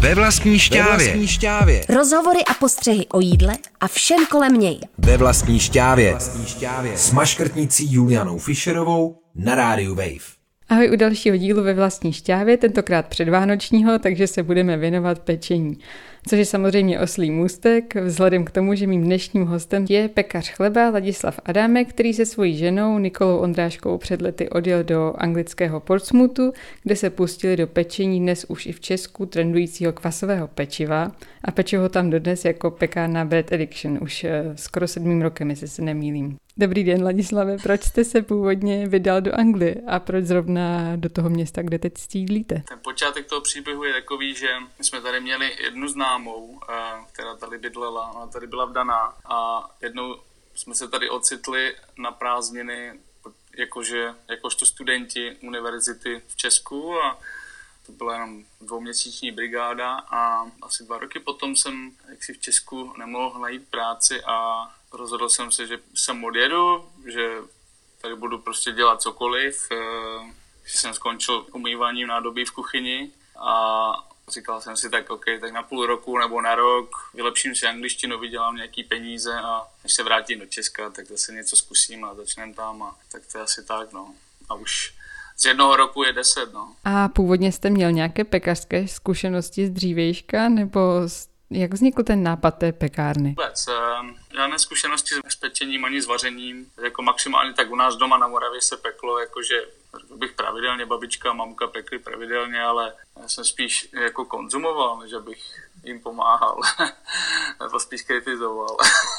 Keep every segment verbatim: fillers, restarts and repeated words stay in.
Ve vlastní šťávě. Ve vlastní šťávě. Rozhovory a postřehy o jídle a všem kolem něj. Ve vlastní šťávě. S maškrtnicí Julianou Fischerovou na rádiu Wave. Ahoj u dalšího dílu Ve vlastní šťávě, tentokrát předvánočního, takže se budeme věnovat pečení. Což je samozřejmě oslý můstek, vzhledem k tomu, že mým dnešním hostem je pekař chleba Ladislav Adámek, který se svojí ženou Nikolou Ondráškou před lety odjel do anglického Portsmouthu, kde se pustili do pečení dnes už i v Česku trendujícího kvasového pečiva a pečou ho tam dodnes jako pekárna Bread Addiction, už skoro sedmým rokem, jestli se nemýlím. Dobrý den, Ladislave, proč jste se původně vydal do Anglie a proč zrovna do toho města, kde teď sídlíte? Ten počátek toho příběhu je takový, že my jsme tady měli jednu známou, která tady bydlela, ona tady byla vdaná a jednou jsme se tady ocitli na prázdniny jakože, jakožto studenti univerzity v Česku a to byla jenom dvouměsíční brigáda a asi dva roky potom jsem jaksi v Česku nemohl najít práci a rozhodl jsem se, že sem odjedu, že tady budu prostě dělat cokoliv, že jsem skončil umýváním nádobí v kuchyni a říkal jsem si tak, OK, tak na půl roku nebo na rok vylepším si angličtinu, vydělám nějaký peníze a než se vrátím do Česka, tak zase něco zkusím a začneme tam a tak to je asi tak, no. A už z jednoho roku je deset, no. A původně jste měl nějaké pekařské zkušenosti z dřívějška, nebo jak vznikl ten nápad té pekárny? Vůbec. Žádné zkušenosti s pečením ani s vařením. Jako maximálně tak u nás doma na Moravě se peklo, jakože bych pravidelně, babička a mamka pekli pravidelně, ale já jsem spíš jako konzumoval, než abych jim pomáhal. Nebo spíš kritizoval.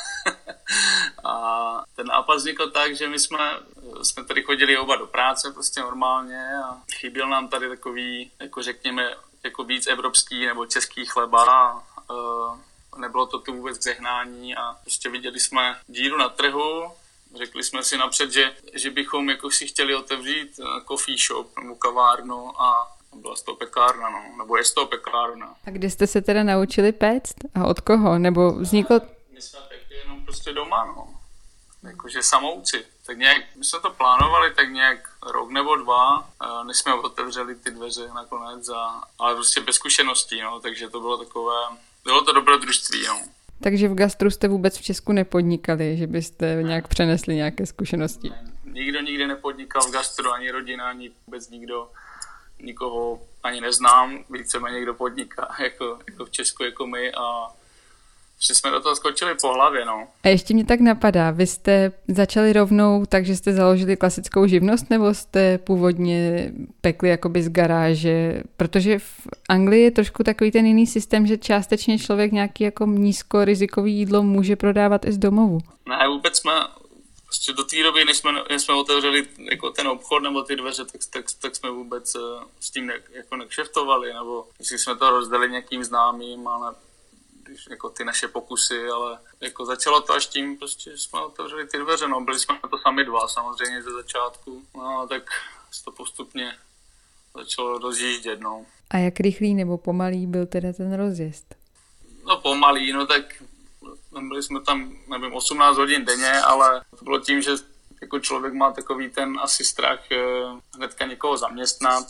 A ten nápad vznikl tak, že my jsme, jsme tady chodili oba do práce prostě normálně a chyběl nám tady takový, jako řekněme, jako víc evropský nebo český chleba. Nebylo to tu vůbec k zehnání a prostě viděli jsme díru na trhu, řekli jsme si napřed, že, že bychom jako si chtěli otevřít coffee shop nebo kavárnu a byla z toho pekárna, no, nebo je z toho pekárna. A kde jste se teda naučili péct? A od koho? Nebo vzniklo... My jsme pekli jenom prostě doma, no. Jakože samouci. Tak nějak, my jsme to plánovali tak nějak rok nebo dva, než jsme otevřeli ty dveře nakonec, a, ale prostě bez zkušeností, no, takže to bylo takové, bylo to dobrodružství, no. Takže v gastru jste vůbec v Česku nepodnikali, že byste nějak přenesli nějaké zkušenosti? Ne, nikdo nikdy nepodnikal v gastru, ani rodina, ani vůbec nikdo, nikoho ani neznám, víceméně někdo podniká, jako, jako v Česku, jako my a že jsme do toho skočili po hlavě, no. A ještě mě tak napadá, vy jste začali rovnou tak, že jste založili klasickou živnost, nebo jste původně pekli jakoby z garáže? Protože v Anglii je trošku takový ten jiný systém, že částečně člověk nějaký jako nízkorizikový jídlo může prodávat i z domovu. Ne, vůbec jsme, prostě do té doby, než jsme, než jsme otevřeli jako ten obchod nebo ty dveře, tak, tak, tak jsme vůbec s tím ne, jako nekšeftovali, nebo jestli jsme to rozdali nějakým známým, ale jako ty naše pokusy, ale jako začalo to až tím, prostě jsme otevřeli ty dveře, no, byli jsme to sami dva samozřejmě ze začátku, no a tak se to postupně začalo rozjíždět, no. A jak rychlý nebo pomalý byl teda ten rozjezd? No pomalý, no tak byli jsme tam, nevím, osmnáct hodin denně, ale to bylo tím, že jako člověk má takový ten asi strach hnedka někoho zaměstnat.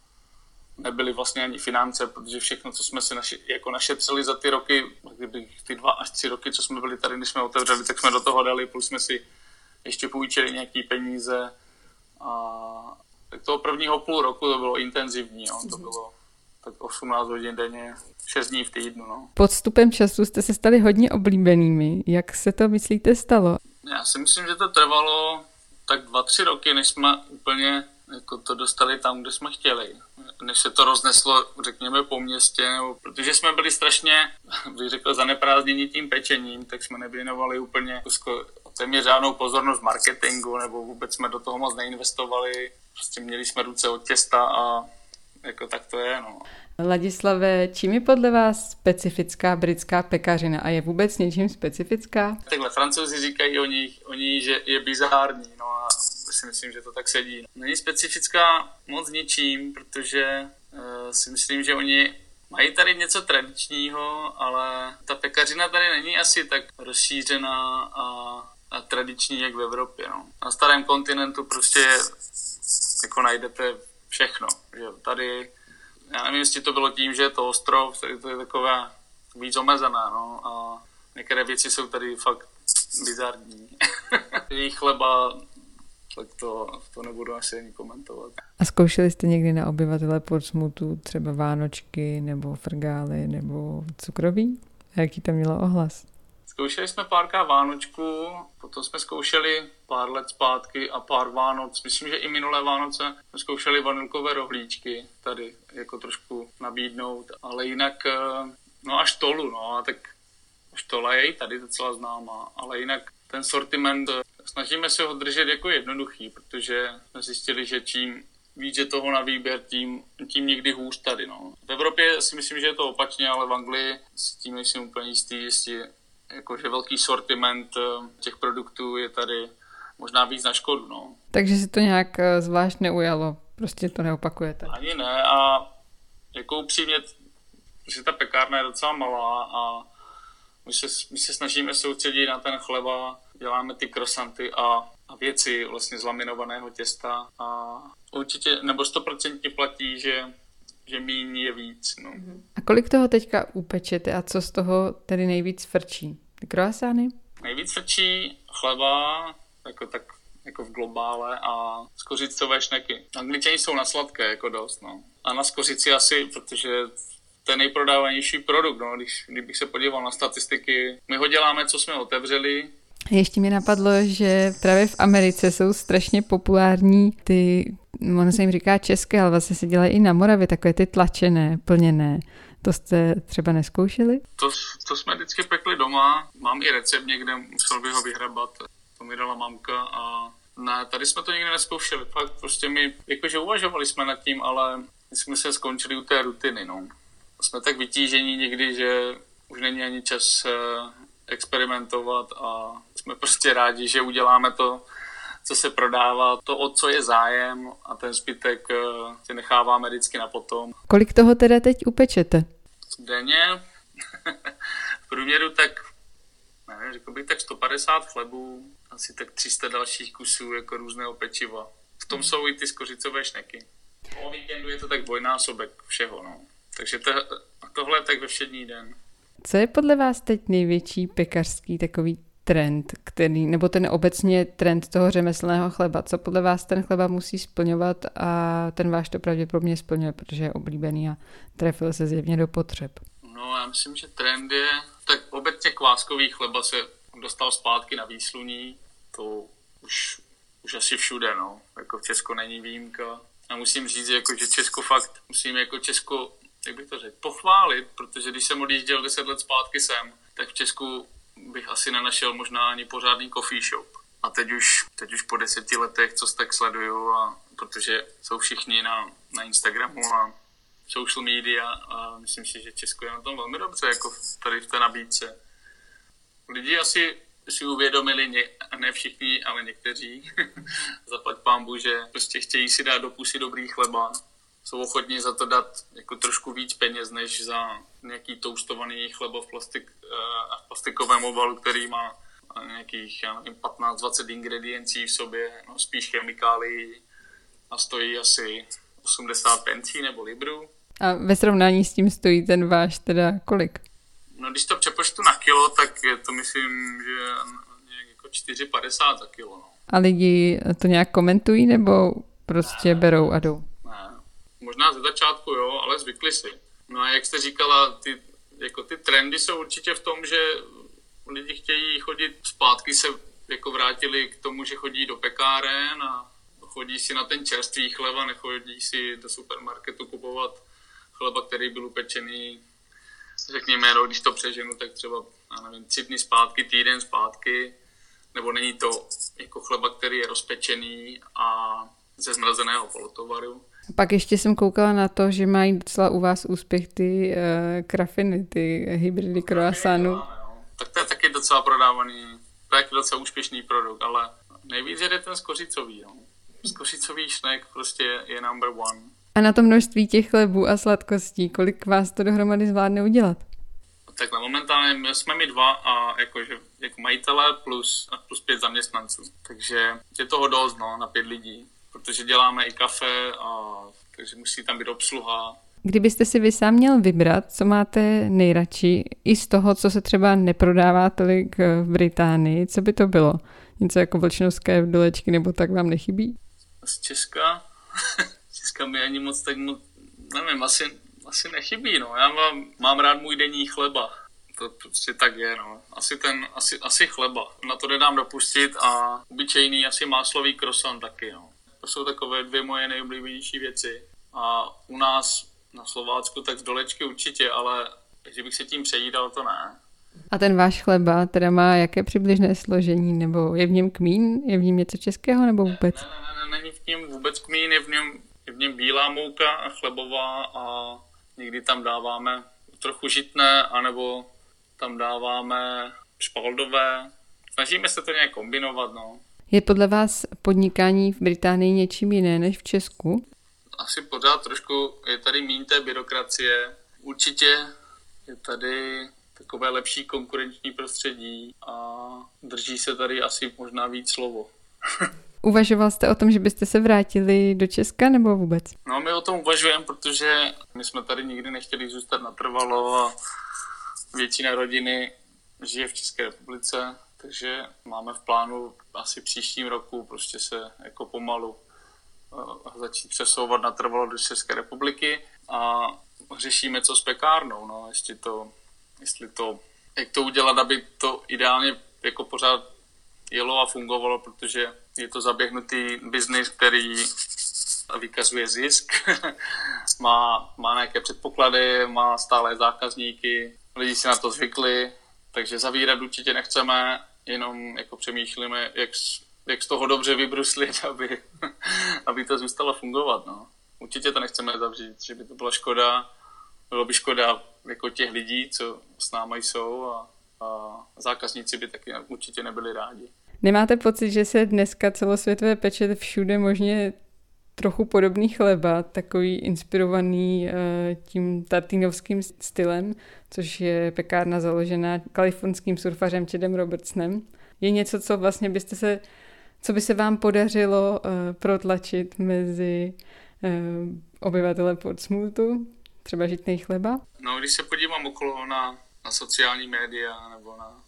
Nebyly vlastně ani finance, protože všechno, co jsme si naši, jako našetřili za ty roky, kdyby ty dva až tři roky, co jsme byli tady, když jsme otevřeli, tak jsme do toho dali, plus jsme si ještě půjčili nějaký peníze. A tak toho prvního půl roku to bylo intenzivní, no. To bylo tak osmnáct hodin denně, šest dní v týdnu. No. Podstupem času jste se stali hodně oblíbenými. Jak se to, myslíte, stalo? Já si myslím, že to trvalo tak dva, tři roky, než jsme úplně jako to dostali tam, kde jsme chtěli. Než se to rozneslo, řekněme, po městě, nebo, protože jsme byli strašně, bych řekl, zaneprázdněni tím pečením, tak jsme nevěnovali úplně téměř žádnou pozornost marketingu, nebo vůbec jsme do toho moc neinvestovali. Prostě měli jsme ruce od těsta a jako tak to je, no. Ladislave, čím je podle vás specifická britská pekařina a je vůbec něčím specifická? Takhle Francouzi říkají o ní, o ní, že je bizární, no a si myslím, že to tak sedí. Není specifická moc ničím, protože uh, si myslím, že oni mají tady něco tradičního, ale ta pekařina tady není asi tak rozšířená a, a tradiční, jak v Evropě. No. Na starém kontinentu prostě jako najdete všechno. Že tady já nevím, jestli to bylo tím, že je to ostrov, tak to je takové víc omezené, no, a některé věci jsou tady fakt bizarní. Jejich chleba, tak to, to nebudu asi ani komentovat. A zkoušeli jste někdy na obyvatele Portsmouthu třeba vánočky nebo frgály nebo cukroví? A jaký tam mělo ohlas? Zkoušeli jsme párkrát vánočku, potom jsme zkoušeli pár let zpátky a pár Vánoc. Myslím, že i minulé Vánoce jsme zkoušeli vanilkové rohlíčky tady jako trošku nabídnout, ale jinak, no až štolu, no a tak štola je i tady docela známá, ale jinak ten sortiment snažíme se ho držet jako jednoduchý, protože jsme zjistili, že čím víc je toho na výběr, tím, tím někdy hůř tady, no. V Evropě si myslím, že je to opačně, ale v Anglii s tím nejsem úplně jistý, jestli jakože velký sortiment těch produktů je tady možná víc na škodu, no. Takže si to nějak zvlášť neujalo, prostě to neopakujete? Ani ne a jako upřímně, že ta pekárna je docela malá a my se, my se snažíme soustředit na ten chleba, děláme ty krosanty a, a věci vlastně z laminovaného těsta a určitě nebo stoprocentně platí, že, že míň je víc, no. A kolik toho teďka upečete a co z toho tedy nejvíc frčí? Ty croissány? Nejvíc frčí chleba, jako, tak, jako v globále a skořicové šneky. Angličani jsou na sladké jako dost, no. A na skořici asi, protože to je nejprodávanější produkt, no. Když, kdybych se podíval na statistiky, my ho děláme, co jsme otevřeli. Ještě mi napadlo, že právě v Americe jsou strašně populární ty, ono se jim říká české, ale vlastně se dělají i na Moravě, takové ty tlačené, plněné. To jste třeba nezkoušeli? To, to jsme vždycky pekli doma. Mám i recept někde, musel bych ho vyhrabat. To mi dala mamka a ne, tady jsme to nikdy nezkoušeli. Fakt prostě my, jakože uvažovali jsme nad tím, ale my jsme se skončili u té rutiny, no. Jsme tak vytížení někdy, že už není ani čas experimentovat a jsme prostě rádi, že uděláme to, co se prodává, to, o co je zájem a ten zbytek si necháváme vždycky na potom. Kolik toho teda teď upečete? Denně v průměru tak, nevím, řekl bych tak sto padesát chlebů, asi tak tři sta dalších kusů jako různého pečiva. V tom jsou i ty skořicové šneky. O víkendu je to tak dvojnásobek všeho, no. Takže to, tohle je tak ve všední den. Co je podle vás teď největší pekařský takový trend, který, nebo ten obecně trend toho řemeslného chleba? Co podle vás ten chleba musí splňovat a ten váš to pravděpodobně splňuje, protože je oblíbený a trefil se zjevně do potřeb? No, já myslím, že trend je, tak obecně kváskový chleba se dostal zpátky na výsluní, to už, už asi všude, no, jako v Česku není výjimka. A musím říct, jako, že Česko fakt, musím jako Česko, jak bych to řekl, pochválit, protože když jsem odjížděl deset let zpátky sem, tak v Česku bych asi nenašel možná ani pořádný coffee shop. A teď už, teď už po deseti letech, co tak sleduju, a protože jsou všichni na, na Instagramu a social media a myslím si, že Česko je na tom velmi dobře, jako tady v té nabídce. Lidi asi si uvědomili, ně, ne všichni, ale někteří, zaplať pánbu, že prostě chtějí si dát do pusy dobrý chleba. Jsou ochotní za to dát jako trošku víc peněz, než za nějaký toastovaný chleba v, plastik, v plastikovém obalu, který má nějakých, já nevím, patnáct dvacet ingrediencí v sobě, no, spíš chemikálií a stojí asi osmdesát pencí nebo libru. A ve srovnání s tím stojí ten váš teda kolik? No, když to přepočtu na kilo, tak je to myslím, že nějak jako čtyři padesát za kilo. No. A lidi to nějak komentují nebo prostě ne, berou a jdou? Ne, možná ze začátku jo, ale zvykli si. No a jak jste říkala, ty, jako ty trendy jsou určitě v tom, že lidi chtějí chodit zpátky, se jako vrátili k tomu, že chodí do pekáren a chodí si na ten čerstvý chleba, nechodí si do supermarketu kupovat chleba, který byl upečený, řekněme, no, když to přeženu, tak třeba, já nevím, tři dny zpátky, týden zpátky, nebo není to jako chleba, který je rozpečený a ze zmrazeného polotovaru. Pak ještě jsem koukala na to, že mají docela u vás úspěch ty uh, krafiny, ty hybridy croissantů. Tak to je taky docela prodávaný, to je taky docela úspěšný produkt, ale nejvíc je ten skořicový. No. Skořicový šnek prostě je number one. A na to množství těch chlebů a sladkostí, kolik vás to dohromady zvládne udělat? Takhle momentálně jsme my dva a jakože, jako majitele plus, plus pět zaměstnanců. Takže je toho dost, no, na pět lidí. Protože děláme i kafe, a takže musí tam být obsluha. Kdybyste si vy sám měl vybrat, co máte nejradši, i z toho, co se třeba neprodává tolik v Británii, co by to bylo? Něco jako vlčnovské dolečky nebo tak vám nechybí? Z Česka? Z Česka mi ani moc tak moc, nevím, asi, asi nechybí, no. Já mám, mám rád můj denní chleba. To prostě tak je, no. Asi ten, asi, asi chleba. Na to nedám dopustit a obyčejný asi máslový croissant taky, no. To jsou takové dvě moje nejoblíbenější věci. A u nás na Slovácku tak z dolečky určitě, ale že bych se tím přejídal, to ne. A ten váš chleba teda má jaké přibližné složení? Nebo je v něm kmín? Je v něm něco českého nebo vůbec? Ne, ne, ne, není v něm vůbec kmín, je v něm, je v něm bílá mouka a chlebová a někdy tam dáváme trochu žitné, anebo tam dáváme špaldové. Snažíme se to nějak kombinovat, no. Je podle vás podnikání v Británii něčím jiné než v Česku? Asi pořád trošku je tady míň té byrokracie. Určitě je tady takové lepší konkurenční prostředí a drží se tady asi možná víc slovo. Uvažoval jste o tom, že byste se vrátili do Česka nebo vůbec? No, my o tom uvažujeme, protože my jsme tady nikdy nechtěli zůstat natrvalo a většina rodiny žije v České republice, takže máme v plánu asi příštím roku prostě se jako pomalu začít přesouvat natrvalo do České republiky a řešíme, co s pekárnou, no, jestli to, jestli to, jak to udělat, aby to ideálně jako pořád jelo a fungovalo, protože je to zaběhnutý biznis, který vykazuje zisk, má, má nějaké předpoklady, má stálé zákazníky, lidi si na to zvykli, takže zavírat určitě nechceme, jenom jako přemýšlíme, jak, jak z toho dobře vybruslit, aby, aby to zůstalo fungovat. No. Určitě to nechceme zavřít, že by to byla škoda, bylo by škoda jako těch lidí, co s námi jsou a, a zákazníci by taky určitě nebyli rádi. Nemáte pocit, že se dneska celosvětové peče všude možně trochu podobný chleba, takový inspirovaný tím tartínovským stylem, což je pekárna založená kalifornským surfařem Chadem Robertsonem. Je něco, co vlastně byste se, co by se vám podařilo protlačit mezi obyvatele Portsmouthu, třeba žitnej chleba? No, když se podívám okolo na, na sociální média nebo na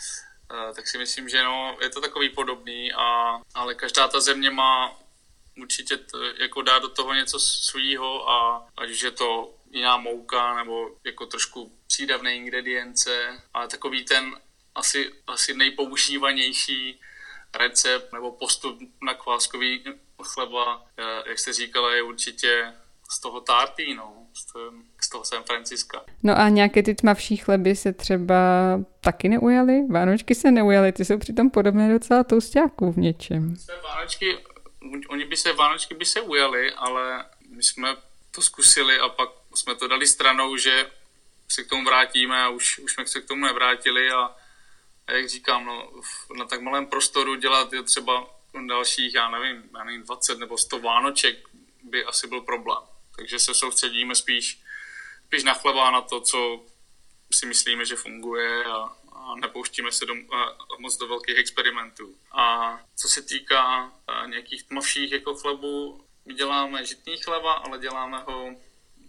tak si myslím, že no, je to takový podobný, a, ale každá ta země má určitě t, jako dá do toho něco svýho, a ať už je to jiná mouka nebo jako trošku přídavné ingredience, ale takový ten asi, asi nejpoužívanější recept nebo postup na kváskový chleba, jak jste říkala, je určitě z toho tartí, no, z toho, z toho San Franciska. No a nějaké ty tmavší chleby se třeba taky neujaly? Vánočky se neujaly, ty jsou přitom podobné docela toustáků v něčem. Vánočky, oni by se, Vánočky by se ujaly, ale my jsme to zkusili a pak jsme to dali stranou, že se k tomu vrátíme a už, už jsme se k tomu nevrátili, a, a jak říkám, no, na tak malém prostoru dělat je třeba dalších, já nevím, já nevím, dvacet nebo sto Vánoček by asi byl problém. Takže se soustředíme spíš, spíš na chleba, na to, co si myslíme, že funguje, a, a nepouštíme se do, a, moc do velkých experimentů. A co se týká a, nějakých tmavších jako chlebů, my děláme žitný chleba, ale děláme ho e,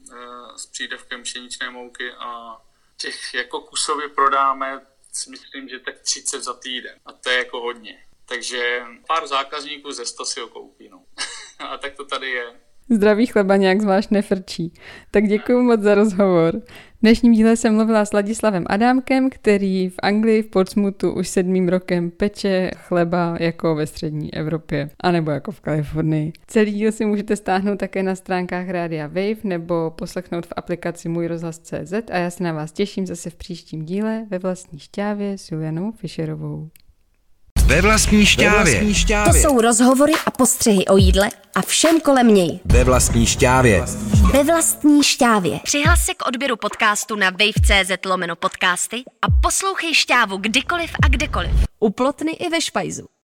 s přídavkem pšeničné mouky a těch jako kusově prodáme, si myslím, že tak třicet za týden. A to je jako hodně. Takže pár zákazníků ze sto si ho koupí. No. A tak to tady je. Zdravý chleba nějak zvlášť nefrčí. Tak děkuju moc za rozhovor. V dnešním díle jsem mluvila s Ladislavem Adámkem, který v Anglii v Portsmouthu už sedmým rokem peče chleba jako ve střední Evropě, anebo jako v Kalifornii. Celý díl si můžete stáhnout také na stránkách Rádia Wave nebo poslechnout v aplikaci Můj rozhlas tečka cé zet, a já se na vás těším zase v příštím díle ve vlastní šťávě s Julianou Fischerovou. Ve vlastní šťávě. To jsou rozhovory a postřehy o jídle a všem kolem něj. Ve vlastní šťávě. Ve vlastní šťávě. Přihlas se k odběru podcastu na wave tečka cé zet lomeno podcasty a poslouchej Šťávu kdykoliv a kdekoliv. U Plotny i ve Špajzu.